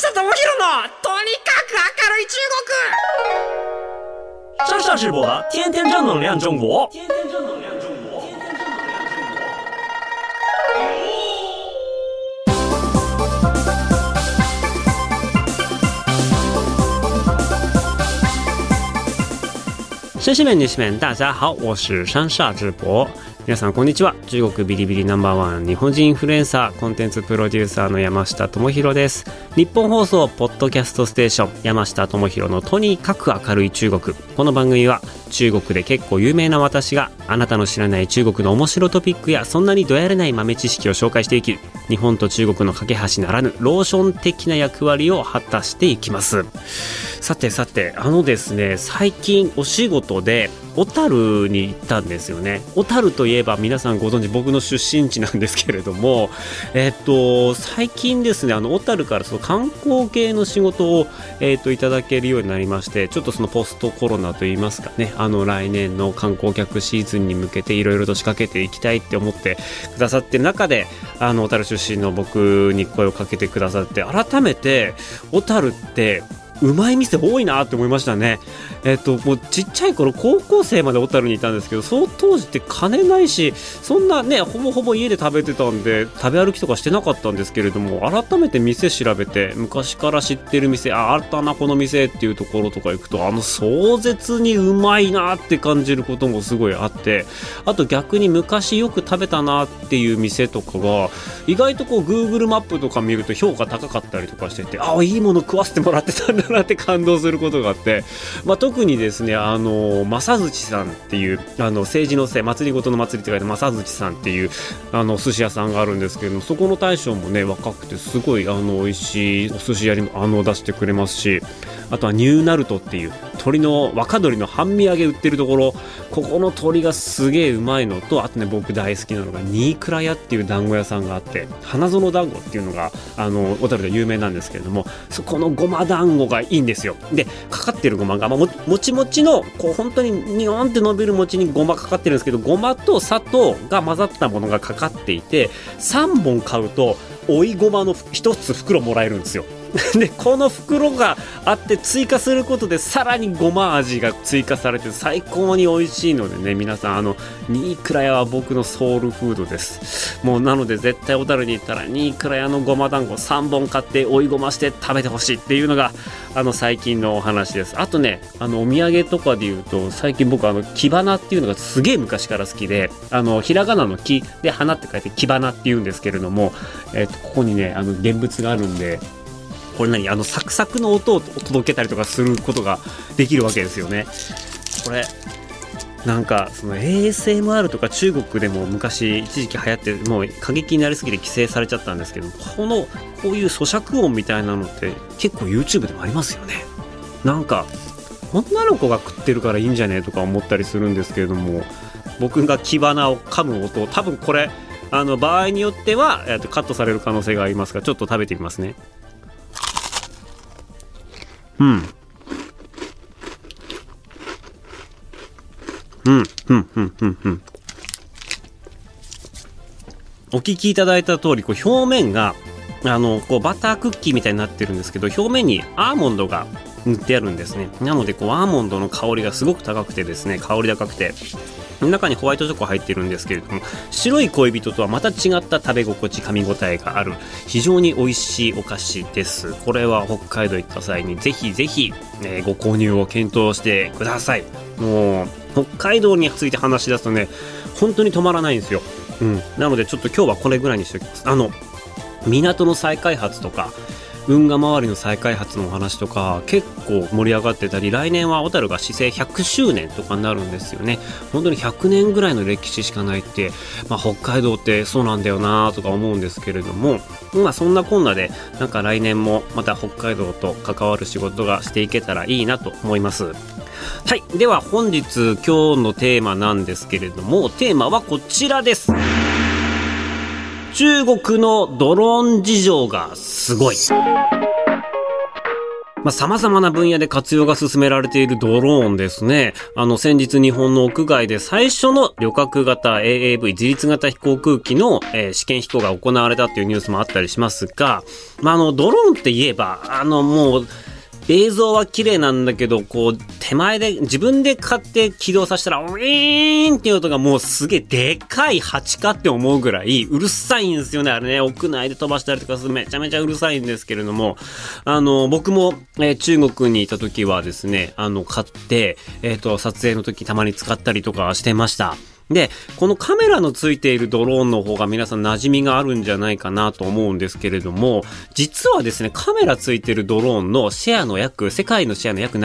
下智博のとにかく明るい中国。 上上直播，天天正能量中国。绅士们、女士们，大家好，我是山下智博。皆さんこんにちは。中国ビリビリナンバーワン日本人インフルエンサーコンテンツプロデューサーの山下智博です。日本放送ポッドキャストステーション山下智博のとにかく明るい中国。この番組は中国で結構有名な私があなたの知らない中国の面白トピックやそんなにどやれない豆知識を紹介していきる日本と中国の架け橋ならぬローション的な役割を果たしていきます。さてですね、最近お仕事で小樽に行ったんですよね。小樽といえば皆さんご存知僕の出身地なんですけれども、最近ですね小樽からその観光系の仕事を、いただけるようになりまして、ちょっとそのポストコロナといいますかね、来年の観光客シーズンに向けていろいろと仕掛けていきたいって思ってくださってる中で小樽出身の僕に声をかけてくださって、改めて小樽ってうまい店多いなって思いましたね。もうちっちゃい頃高校生まで小樽にいたんですけど、その当時って金ないし、そんなねほぼほぼ家で食べてたんで食べ歩きとかしてなかったんですけれども、改めて店調べて昔から知ってる店、あったなこの店っていうところとか行くと壮絶にうまいなって感じることもすごいあって、あと逆に昔よく食べたなっていう店とかが意外とこう Google マップとか見ると評価高かったりとかしてて、いいもの食わせてもらってたんだなって感動することがあって、特にですね正槌さんっていう政治のせい祭りごとの祭りって書いて正槌さんっていうお寿司屋さんがあるんですけども、そこの大将もね若くてすごい美味しいお寿司屋にも出してくれますし、あとはニューナルトっていう若鶏の半身揚げ売ってるところ、ここの鶏がすげえうまいのと、あとね僕大好きなのが新倉屋っていう団子屋さんがあって、花園団子っていうのが小樽で有名なんですけれども、そこのごま団子がいいんですよ。でかかってるごまが、もちもちのこう本当にニョンって伸びる餅にごまかかってるんですけど、ごまと砂糖が混ざったものがかかっていて、3本買うと追いごまの1つ袋もらえるんですよ。でこの袋があって追加することでさらにごま味が追加されて最高に美味しいのでね、皆さん新倉屋は僕のソウルフードです。もうなので絶対小樽に行ったら新倉屋のごま団子3本買って追いごまして食べてほしいっていうのが最近のお話です。あとねお土産とかで言うと、最近僕キバナっていうのがすげえ昔から好きで、ひらがなの木で花って書いてキバナって言うんですけれども、ここにね現物があるんで、これサクサクの音を届けたりとかすることができるわけですよね。これなんかその ASMR とか中国でも昔一時期流行って、もう過激になりすぎて規制されちゃったんですけど、こういう咀嚼音みたいなのって結構 YouTube でもありますよね。なんか女の子が食ってるからいいんじゃねえとか思ったりするんですけれども、僕がキバナを噛む音、多分これ場合によってはカットされる可能性がありますが、ちょっと食べてみますね。お聞きいただいた通り、表面がバタークッキーみたいになってるんですけど、表面にアーモンドが塗ってあるんですね。なのでアーモンドの香りがすごく高くてですね、香り高くて、中にホワイトチョコ入ってるんですけれども、白い恋人とはまた違った食べ心地、噛み応えがある非常に美味しいお菓子です。これは北海道行った際にぜひぜひ、ご購入を検討してください。もう北海道について話し出すとね本当に止まらないんですよ。なのでちょっと今日はこれぐらいにしておきます。港の再開発とか運河周りの再開発のお話とか結構盛り上がってたり、来年は小樽が市政100周年とかになるんですよね。本当に100年ぐらいの歴史しかないって、北海道ってそうなんだよなとか思うんですけれども、そんなこんなでなんか来年もまた北海道と関わる仕事がしていけたらいいなと思います。はい、では本日今日のテーマなんですけれども、テーマはこちらです。中国のドローン事情がすごい。 様々な分野で活用が進められているドローンですね。先日日本の屋外で最初の旅客型 AAV 自律型飛行空機の、試験飛行が行われたっていうニュースもあったりしますが、ドローンって言えば、もう、映像は綺麗なんだけど、こう、手前で自分で買って起動させたら、ウィーンっていう音がもうすげえでかい蜂かって思うぐらいうるさいんですよね。あれね、屋内で飛ばしたりとかするめちゃめちゃうるさいんですけれども、僕も、中国にいた時はですね、買って、撮影の時たまに使ったりとかしてました。で、このカメラのついているドローンの方が皆さん馴染みがあるんじゃないかなと思うんですけれども、実はですね、カメラついているドローンのシェアの世界のシェアの約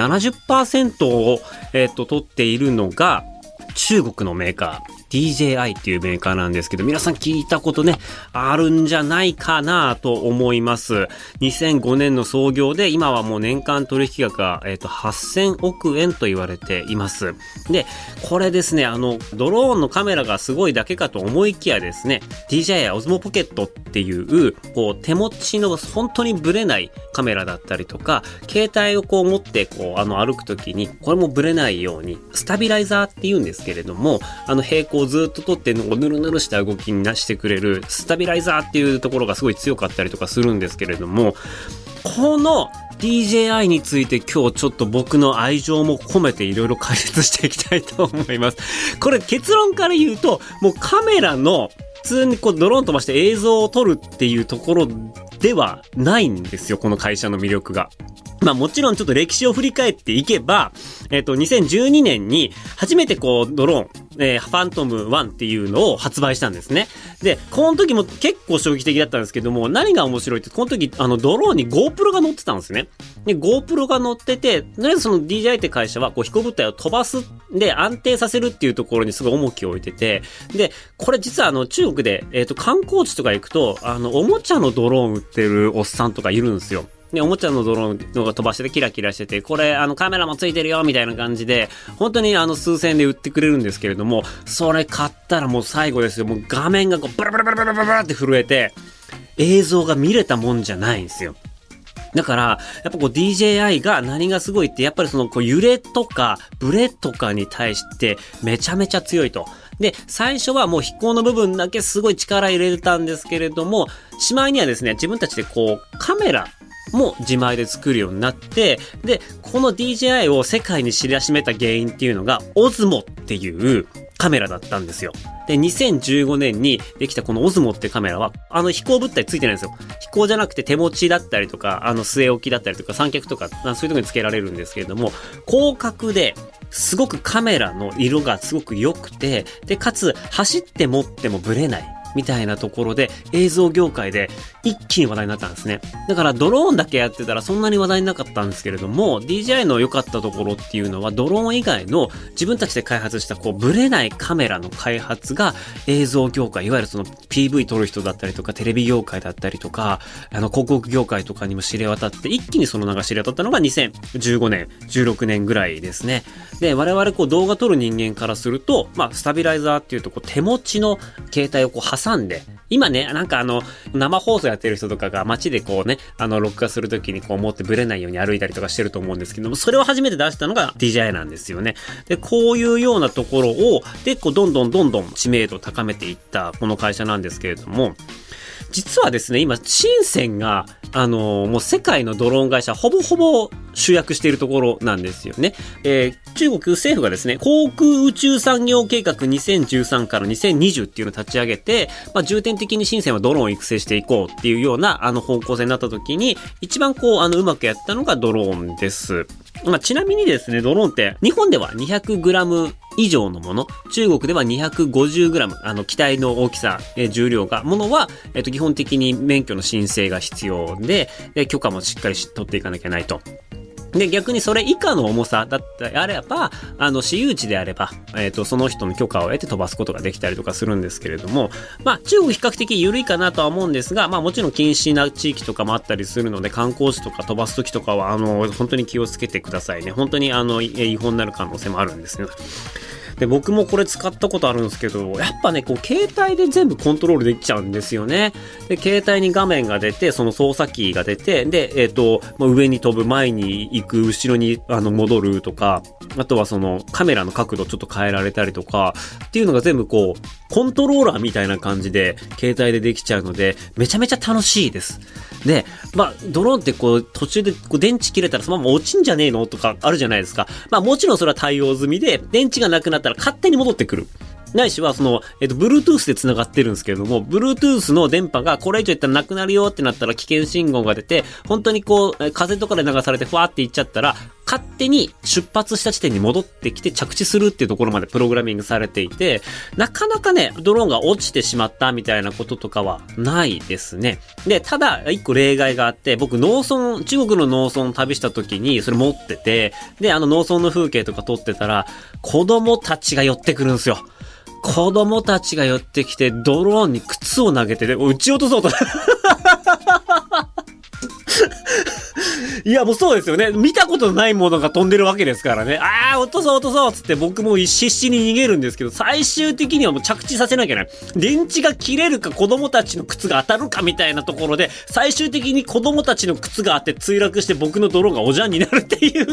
70% を、取っているのが中国のメーカー。DJI っていうメーカーなんですけど、皆さん聞いたことね、あるんじゃないかなと思います。2005年の創業で、今はもう年間取引額が、8000億円と言われています。で、これですね、ドローンのカメラがすごいだけかと思いきやですね、DJI Osmo Pocket っていう、こう、手持ちの本当にブレないカメラだったりとか、携帯をこう持って、こう、歩くときに、これもブレないように、スタビライザーって言うんですけれども、平行をずっと撮ってぬるぬるした動きにしてくれるスタビライザーっていうところがすごい強かったりとかするんですけれども、この DJI について今日ちょっと僕の愛情も込めていろいろ解説していきたいと思います。これ結論から言うと、もうカメラの普通にこうドローン飛ばして映像を撮るっていうところではないんですよ、この会社の魅力が。もちろんちょっと歴史を振り返っていけば、2012年に初めてこうドローン、ファントム1っていうのを発売したんですね。で、この時も結構衝撃的だったんですけども、何が面白いって、この時ドローンに GoPro が乗ってたんですね。で、GoPro が乗ってて、とりあえずその DJI って会社はこう飛行物体を飛ばすで安定させるっていうところにすごい重きを置いてて、で、これ実は中国で、観光地とか行くと、おもちゃのドローン売ってるおっさんとかいるんですよ。で、おもちゃのドローンのが飛ばしててキラキラしてて、これカメラもついてるよみたいな感じで、本当に数千円で売ってくれるんですけれども、それ買ったらもう最後ですよ。もう画面がこうブラブラブラブラブラって震えて、映像が見れたもんじゃないんですよ。だから、やっぱこう DJI が何がすごいって、やっぱりそのこう揺れとかブレとかに対してめちゃめちゃ強いと。で、最初はもう飛行の部分だけすごい力入れてたんですけれども、しまいにはですね、自分たちでこうカメラも自前で作るようになって、で、この DJI を世界に知らしめた原因っていうのが Osmo っていうカメラだったんですよ。で、2015年にできたこの Osmo ってカメラは、飛行物体ついてないんですよ。飛行じゃなくて手持ちだったりとか、据え置きだったりとか、三脚とか、そういうところにつけられるんですけれども、広角で、すごくカメラの色がすごく良くて、で、かつ、走って持ってもブレない。みたいなところで映像業界で一気に話題になったんですね。だからドローンだけやってたらそんなに話題になかったんですけれども、 DJI の良かったところっていうのは、ドローン以外の自分たちで開発したこうブレないカメラの開発が映像業界、いわゆるその PV 撮る人だったりとか、テレビ業界だったりとか、広告業界とかにも知れ渡って、一気にその名が知れ渡ったのが2015年16年ぐらいですね。で、我々こう動画撮る人間からすると、スタビライザーっていうとこう手持ちの携帯をこう挟んで、今ね、なんか生放送やってる人とかが街でこうね、録画するときにこう持ってブレないように歩いたりとかしてると思うんですけども、それを初めて出したのが DJI なんですよね。で、こういうようなところを、で、こうどんどん知名度を高めていったこの会社なんですけれども、実はですね、今、深センが、もう世界のドローン会社、ほぼほぼ集約しているところなんですよね。中国政府がですね、航空宇宙産業計画2013から2020っていうのを立ち上げて、重点的に深センはドローンを育成していこうっていうような、方向性になった時に、一番こう、うまくやったのがドローンです。ちなみにですね、ドローンって、日本では 200g 以上のもの、中国では 250g、機体の大きさ、重量が、ものは、基本的に免許の申請が必要で、許可もしっかり取っていかなきゃいけないと。で、逆にそれ以下の重さだったりあれば、私有地であれば、その人の許可を得て飛ばすことができたりとかするんですけれども、中国比較的緩いかなとは思うんですが、もちろん禁止な地域とかもあったりするので、観光地とか飛ばすときとかは、本当に気をつけてくださいね。本当に、違法になる可能性もあるんですね。 で、僕もこれ使ったことあるんですけど、やっぱね、こう、携帯で全部コントロールできちゃうんですよね。で、携帯に画面が出て、その操作キーが出て、で、上に飛ぶ、前に行く、後ろに戻るとか、あとはそのカメラの角度ちょっと変えられたりとか、っていうのが全部こう、コントローラーみたいな感じで、携帯でできちゃうので、めちゃめちゃ楽しいです。で、ドローンってこう、途中でこう電池切れたらそのまま落ちんじゃねえのとかあるじゃないですか。もちろんそれは対応済みで、電池がなくなったら勝手に戻ってくる。ないしは、Bluetooth で繋がってるんですけれども、Bluetooth の電波がこれ以上いったらなくなるよってなったら危険信号が出て、本当にこう、風とかで流されてふわーっていっちゃったら、勝手に出発した地点に戻ってきて着地するっていうところまでプログラミングされていて、なかなかね、ドローンが落ちてしまったみたいなこととかはないですね。で、ただ、一個例外があって、僕、中国の農村旅した時にそれ持ってて、で、農村の風景とか撮ってたら、子供たちが寄ってくるんですよ。子供たちが寄ってきて、ドローンに靴を投げて、撃ち落とそうと。いや、もうそうですよね。見たことないものが飛んでるわけですからね。落とそうつって僕も必死に逃げるんですけど、最終的にはもう着地させなきゃいけない。電池が切れるか子供たちの靴が当たるかみたいなところで、最終的に子供たちの靴があって墜落して僕のドローンがおじゃんになるっていう。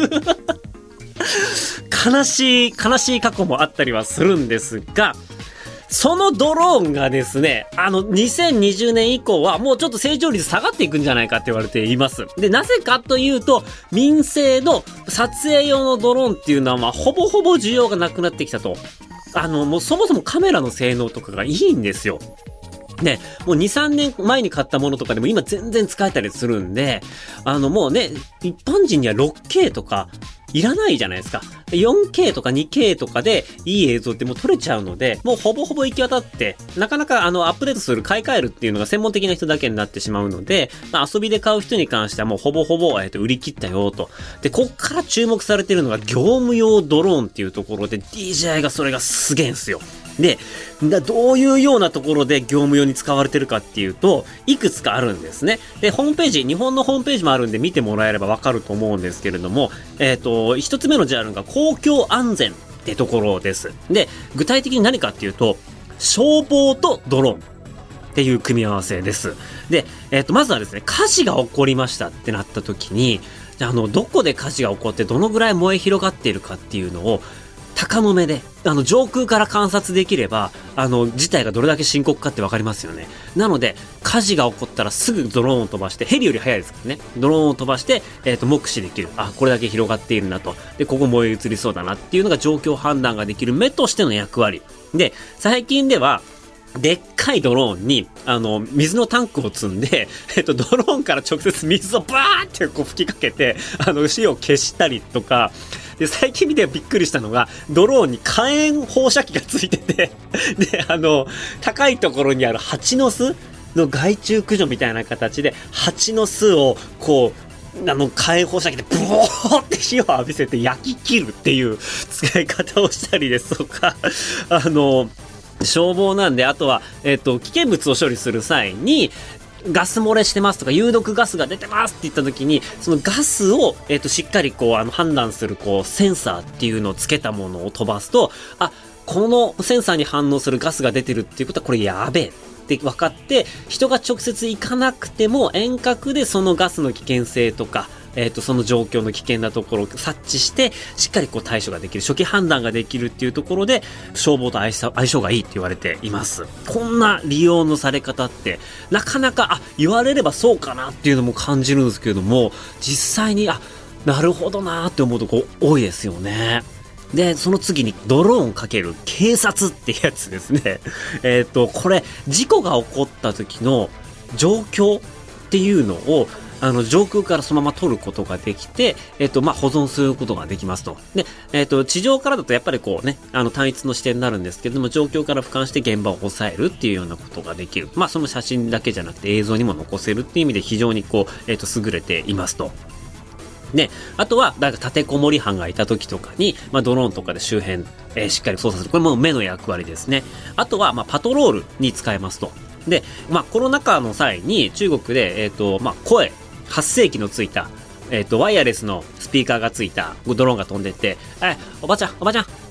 悲しい過去もあったりはするんですが、そのドローンがですね、2020年以降はもうちょっと成長率下がっていくんじゃないかって言われています。で、なぜかというと、民生の撮影用のドローンっていうのは、ほぼほぼ需要がなくなってきたと。もうそもそもカメラの性能とかがいいんですよ。ね、もう2、3年前に買ったものとかでも今全然使えたりするんで、もうね、一般人には 6K とかいらないじゃないですか。4K とか 2K とかでいい映像ってもう撮れちゃうので、もうほぼほぼ行き渡って、なかなかアップデートする、買い替えるっていうのが専門的な人だけになってしまうので、遊びで買う人に関してはもうほぼほぼ、売り切ったよと。で、こっから注目されてるのが業務用ドローンっていうところで、DJI がそれがすげえんすよ。で、どういうようなところで業務用に使われてるかっていうと、いくつかあるんですね。で、ホームページ、日本のホームページもあるんで見てもらえればわかると思うんですけれども、一つ目のジャンルが公共安全ってところです。で、具体的に何かっていうと、消防とドローンっていう組み合わせです。で、まずはですね、火事が起こりましたってなった時に、どこで火事が起こってどのぐらい燃え広がっているかっていうのを、高の目で、上空から観察できれば、事態がどれだけ深刻かってわかりますよね。なので、火事が起こったらすぐドローンを飛ばして、ヘリより早いですからね。ドローンを飛ばして、目視できる。これだけ広がっているなと。で、ここ燃え移りそうだなっていうのが状況判断ができる目としての役割。で、最近では、でっかいドローンに、水のタンクを積んで、ドローンから直接水をバーってこう吹きかけて、火を消したりとか、で、最近見てびっくりしたのが、ドローンに火炎放射器がついてて、で、高いところにある蜂の巣の害虫駆除みたいな形で、蜂の巣を、こう、火炎放射器でブオーって火を浴びせて焼き切るっていう使い方をしたりですとか、消防なんで、あとは、危険物を処理する際に、ガス漏れしてますとか、有毒ガスが出てますって言った時に、そのガスを、しっかりこう、判断する、こう、センサーっていうのをつけたものを飛ばすと、このセンサーに反応するガスが出てるっていうことは、これやべえって分かって、人が直接行かなくても、遠隔でそのガスの危険性とか、その状況の危険なところを察知して、しっかりこう対処ができる、初期判断ができるっていうところで、消防と相性がいいって言われています。こんな利用のされ方って、なかなか、言われればそうかなっていうのも感じるんですけれども、実際に、なるほどなーって思うとこ多いですよね。で、その次にドローンかける警察ってやつですね。これ、事故が起こった時の状況っていうのを、上空からそのまま撮ることができて、保存することができますと。で、地上からだとやっぱりこうね、単一の視点になるんですけれども、状況から俯瞰して現場を抑えるっていうようなことができる。その写真だけじゃなくて映像にも残せるっていう意味で非常にこう、優れていますと。で、あとは、立てこもり犯がいた時とかに、ドローンとかで周辺、しっかり操作する。これも目の役割ですね。あとは、パトロールに使えますと。で、コロナ禍の際に中国で、声、発生器のついた、ワイヤレスのスピーカーがついたドローンが飛んでって、おばちゃん、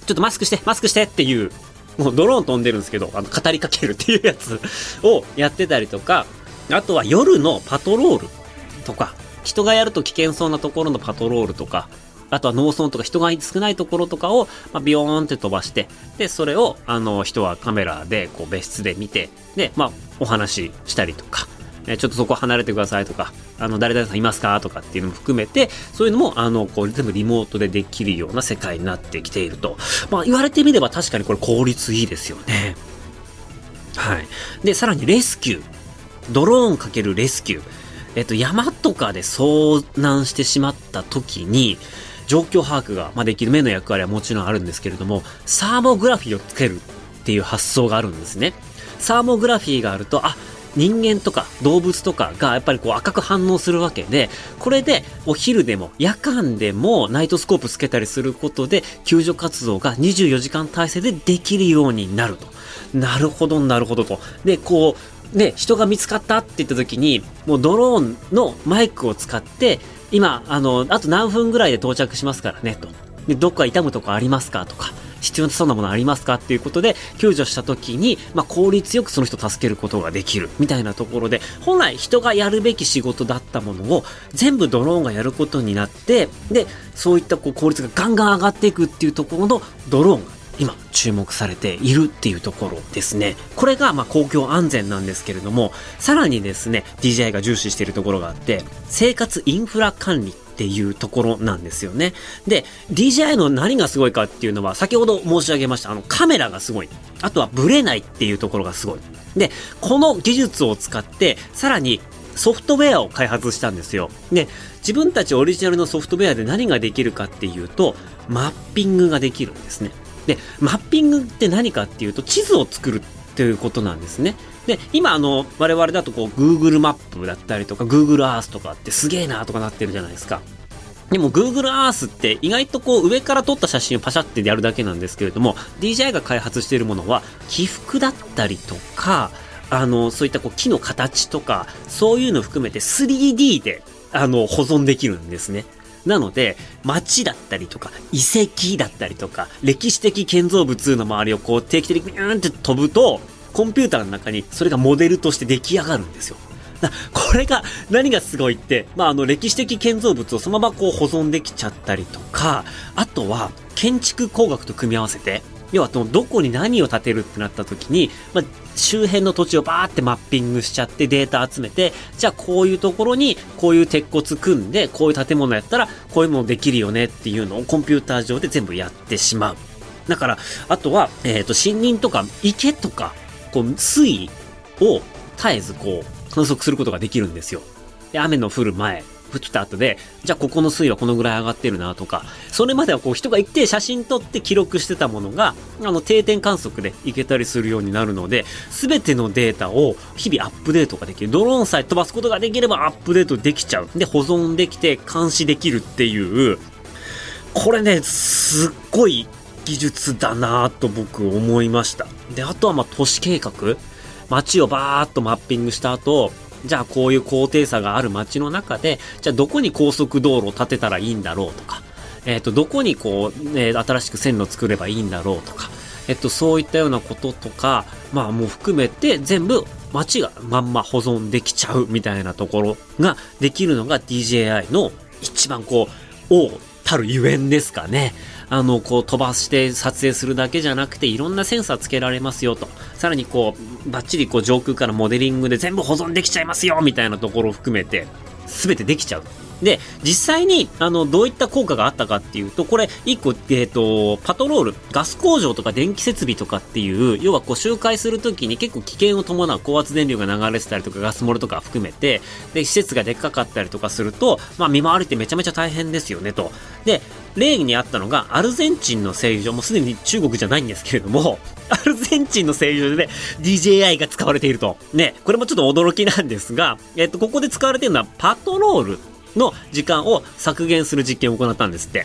ちょっとマスクしてっていう、もうドローン飛んでるんですけど、語りかけるっていうやつをやってたりとか、あとは夜のパトロールとか、人がやると危険そうなところのパトロールとか、あとは農村とか人が少ないところとかを、ビヨーンって飛ばして、で、それを、人はカメラで、こう、別室で見て、で、お話ししたりとか、ちょっとそこ離れてくださいとか、誰々さんいますかとかっていうのも含めて、そういうのも、こう、全部リモートでできるような世界になってきていると。言われてみれば確かにこれ効率いいですよね。はい。で、さらにレスキュー。ドローンかけるレスキュー。山とかで遭難してしまった時に、状況把握が、できる目の役割はもちろんあるんですけれども、サーモグラフィーをつけるっていう発想があるんですね。サーモグラフィーがあると、人間とか動物とかがやっぱりこう赤く反応するわけで、これでお昼でも夜間でもナイトスコープつけたりすることで救助活動が24時間体制でできるようになると。なるほどと。で、こう、人が見つかったって言った時に、もうドローンのマイクを使って、今、あと何分ぐらいで到着しますからね、と。で、どっか痛むとこありますかとか、必要なそうなものありますかっていうことで、救助した時に、効率よくその人を助けることができる、みたいなところで、本来人がやるべき仕事だったものを、全部ドローンがやることになって、で、そういったこう効率がガンガン上がっていくっていうところのドローンが、今注目されているっていうところですね。これが公共安全なんですけれども、さらにですね DJI が重視しているところがあって、生活インフラ管理っていうところなんですよね。で DJI の何がすごいかっていうのは、先ほど申し上げましたカメラがすごい、あとはブレないっていうところがすごい。でこの技術を使ってさらにソフトウェアを開発したんですよ。で自分たちオリジナルのソフトウェアで何ができるかっていうと、マッピングができるんですね。で、マッピングって何かっていうと、地図を作るっていうことなんですね。で、今我々だとこう Google マップだったりとか Google Earth とかってすげえなとかなってるじゃないですか。でも Google Earth って意外とこう上から撮った写真をパシャってやるだけなんですけれども、DJI が開発しているものは起伏だったりとか、そういったこう木の形とか、そういうのを含めて 3D で保存できるんですね。なので、街だったりとか、遺跡だったりとか、歴史的建造物の周りをこう定期的にビューンって飛ぶと、コンピューターの中にそれがモデルとして出来上がるんですよ。これが何がすごいって、歴史的建造物をそのままこう保存できちゃったりとか、あとは建築工学と組み合わせて、要はどこに何を建てるってなった時に、周辺の土地をバーってマッピングしちゃってデータ集めて、じゃあこういうところにこういう鉄骨組んで、こういう建物やったらこういうものできるよねっていうのをコンピューター上で全部やってしまう。だから、あとは、森林とか池とか、こう水位を絶えずこう観測することができるんですよ。で、雨の降る前、降った後で、じゃあここの水位はこのぐらい上がってるなとか、それまではこう人が行って写真撮って記録してたものが、定点観測で行けたりするようになるので、すべてのデータを日々アップデートができる。ドローンさえ飛ばすことができればアップデートできちゃう。で、保存できて監視できるっていう、これね、すっごい技術だなぁと僕思いました。で、あとは都市計画。街をバーっとマッピングした後、じゃあこういう高低差がある街の中で、じゃあどこに高速道路を建てたらいいんだろうとか、どこにこう、新しく線路を作ればいいんだろうとか、そういったようなこととか、もう含めて全部街がまんま保存できちゃうみたいなところができるのが DJI の一番こう、王たるゆえんですかね。こう飛ばして撮影するだけじゃなくて、いろんなセンサーつけられますよと。さらにこう、バッチリこう上空からモデリングで全部保存できちゃいますよみたいなところを含めて、すべてできちゃう。で、実際に、どういった効果があったかっていうと、これ、一個、パトロール、ガス工場とか電気設備とかっていう、要はこう周回するときに結構危険を伴う高圧電流が流れてたりとか、ガス漏れとか含めて、で、施設がでっかかったりとかすると、見回りってめちゃめちゃ大変ですよね、と。で、例にあったのが、アルゼンチンの製油所、もうすでに中国じゃないんですけれども、アルゼンチンの製油所で DJI が使われていると。ね、これもちょっと驚きなんですが、ここで使われているのはパトロールの時間を削減する実験を行ったんですって。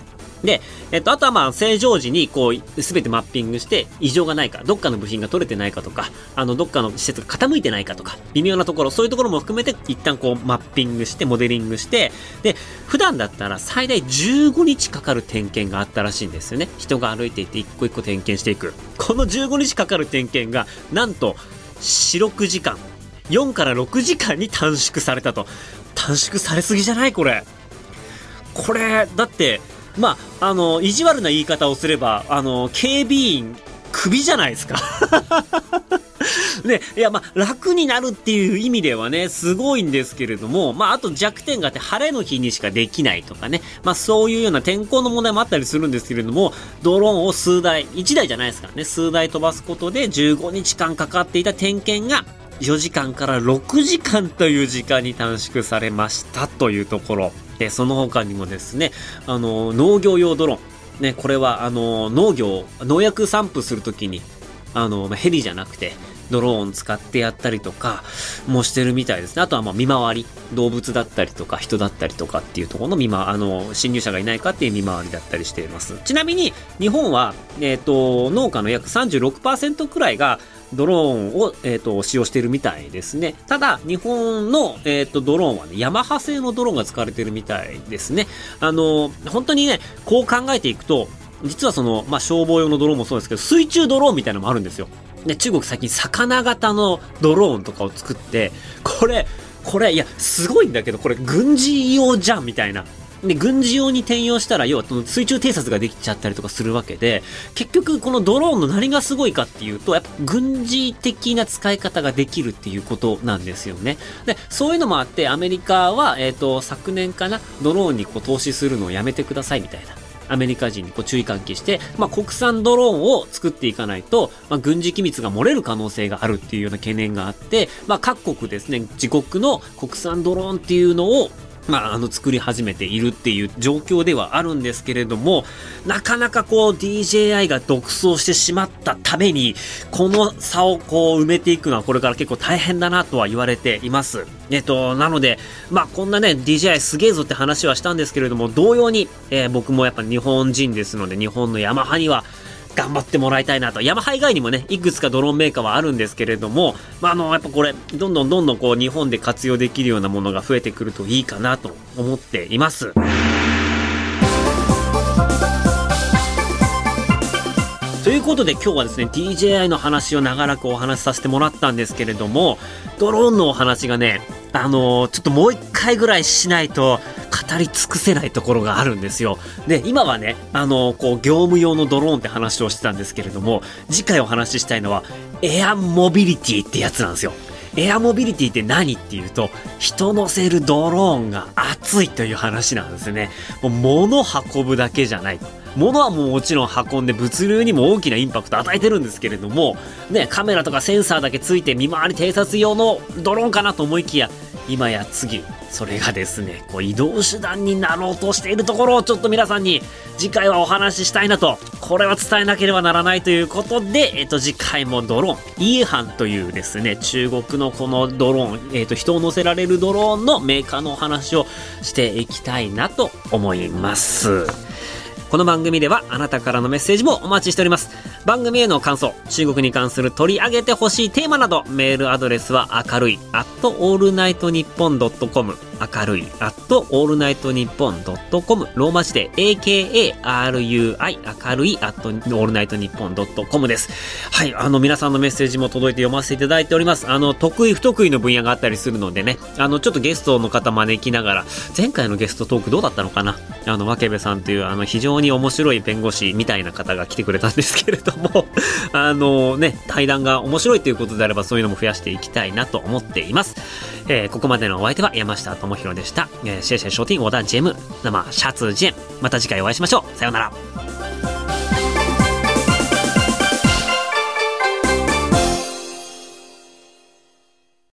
で、あとはまあ正常時にこう全てマッピングして異常がないか、どっかの部品が取れてないかとか、どっかの施設が傾いてないかとか、微妙なところ、そういうところも含めて一旦こうマッピングしてモデリングして、で、普段だったら最大15日かかる点検があったらしいんですよね。人が歩いていって一個一個点検していく。この15日かかる点検がなんと4、6時間、4から6時間に短縮されたと。短縮されすぎじゃないこれ。これ、だって、まあ、意地悪な言い方をすれば、警備員、クビじゃないですか。ね、いや、まあ、楽になるっていう意味ではね、すごいんですけれども、まあ、あと弱点があって、晴れの日にしかできないとかね、まあ、そういうような天候の問題もあったりするんですけれども、ドローンを数台、1台じゃないですからね、数台飛ばすことで15日間かかっていた点検が、4時間から6時間という時間に短縮されましたというところ。で、その他にもですね、農業用ドローン。ね、これは、農薬散布するときに、ヘリじゃなくて、ドローン使ってやったりとかもしてるみたいですね。あとはまあ見回り、動物だったりとか人だったりとかっていうところの侵入者がいないかっていう見回りだったりしています。ちなみに日本は、農家の約 36% くらいがドローンを、使用しているみたいですね。ただ、日本の、ドローンはね、ヤマハ製のドローンが使われているみたいですね。本当にね、こう考えていくと、実はまあ、消防用のドローンもそうですけど、水中ドローンみたいなのもあるんですよ。で、中国最近魚型のドローンとかを作って、これ、いや、すごいんだけど、これ軍事用じゃんみたいな。で、軍事用に転用したら、要は水中偵察ができちゃったりとかするわけで、結局このドローンの何がすごいかっていうと、やっぱ軍事的な使い方ができるっていうことなんですよね。で、そういうのもあって、アメリカは、昨年かな、ドローンに投資するのをやめてくださいみたいな。アメリカ人に注意喚起して、まあ、国産ドローンを作っていかないと、まあ、軍事機密が漏れる可能性があるっていうような懸念があって、まあ、各国ですね、自国の国産ドローンっていうのを、まあ、作り始めているっていう状況ではあるんですけれども、なかなかDJI が独走してしまったために、この差を埋めていくのはこれから結構大変だなとは言われています。なので、まあ、こんなね、DJI すげえぞって話はしたんですけれども、同様に、僕もやっぱ日本人ですので、日本のヤマハには、頑張ってもらいたいなと。ヤマハ以外にもね、いくつかドローンメーカーはあるんですけれども、まあ、やっぱこれ、どんどん日本で活用できるようなものが増えてくるといいかなと思っています。ということで今日はですね、DJI の話を長らくお話しさせてもらったんですけれども、ドローンのお話がね、ちょっともう一回ぐらいしないと語り尽くせないところがあるんですよ。で、今はね、業務用のドローンって話をしてたんですけれども、次回お話ししたいのは、エアモビリティってやつなんですよ。エアモビリティって何っていうと、人乗せるドローンが熱いという話なんですね。もう物運ぶだけじゃない。物はもちろん運んで物流にも大きなインパクトを与えてるんですけれども、ね、カメラとかセンサーだけついて見回り偵察用のドローンかなと思いきや、今や次、それがですね、移動手段になろうとしているところをちょっと皆さんに次回はお話ししたいなと、これは伝えなければならないということで、次回もドローン、イーハンというですね、中国のこのドローン、人を乗せられるドローンのメーカーのお話をしていきたいなと思います。この番組ではあなたからのメッセージもお待ちしております。番組への感想、中国に関する取り上げてほしいテーマなど、メールアドレスは明るい@allnightnippon.com、明るい@allnightnippon.com、ローマ字で AKARUI、明るい@allnightnippon.com です。はい、皆さんのメッセージも届いて読ませていただいております。得意不得意の分野があったりするのでね、ちょっとゲストの方招きながら、前回のゲストトークどうだったのかな、わけべさんという非常に面白い弁護士みたいな方が来てくれたんですけれども、対談が面白いということであれば、そういうのも増やしていきたいなと思っています。ここまでのお相手は山下智博でした。谢谢收听我的节目。那么下次见。また次回お会いしましょう。さようなら。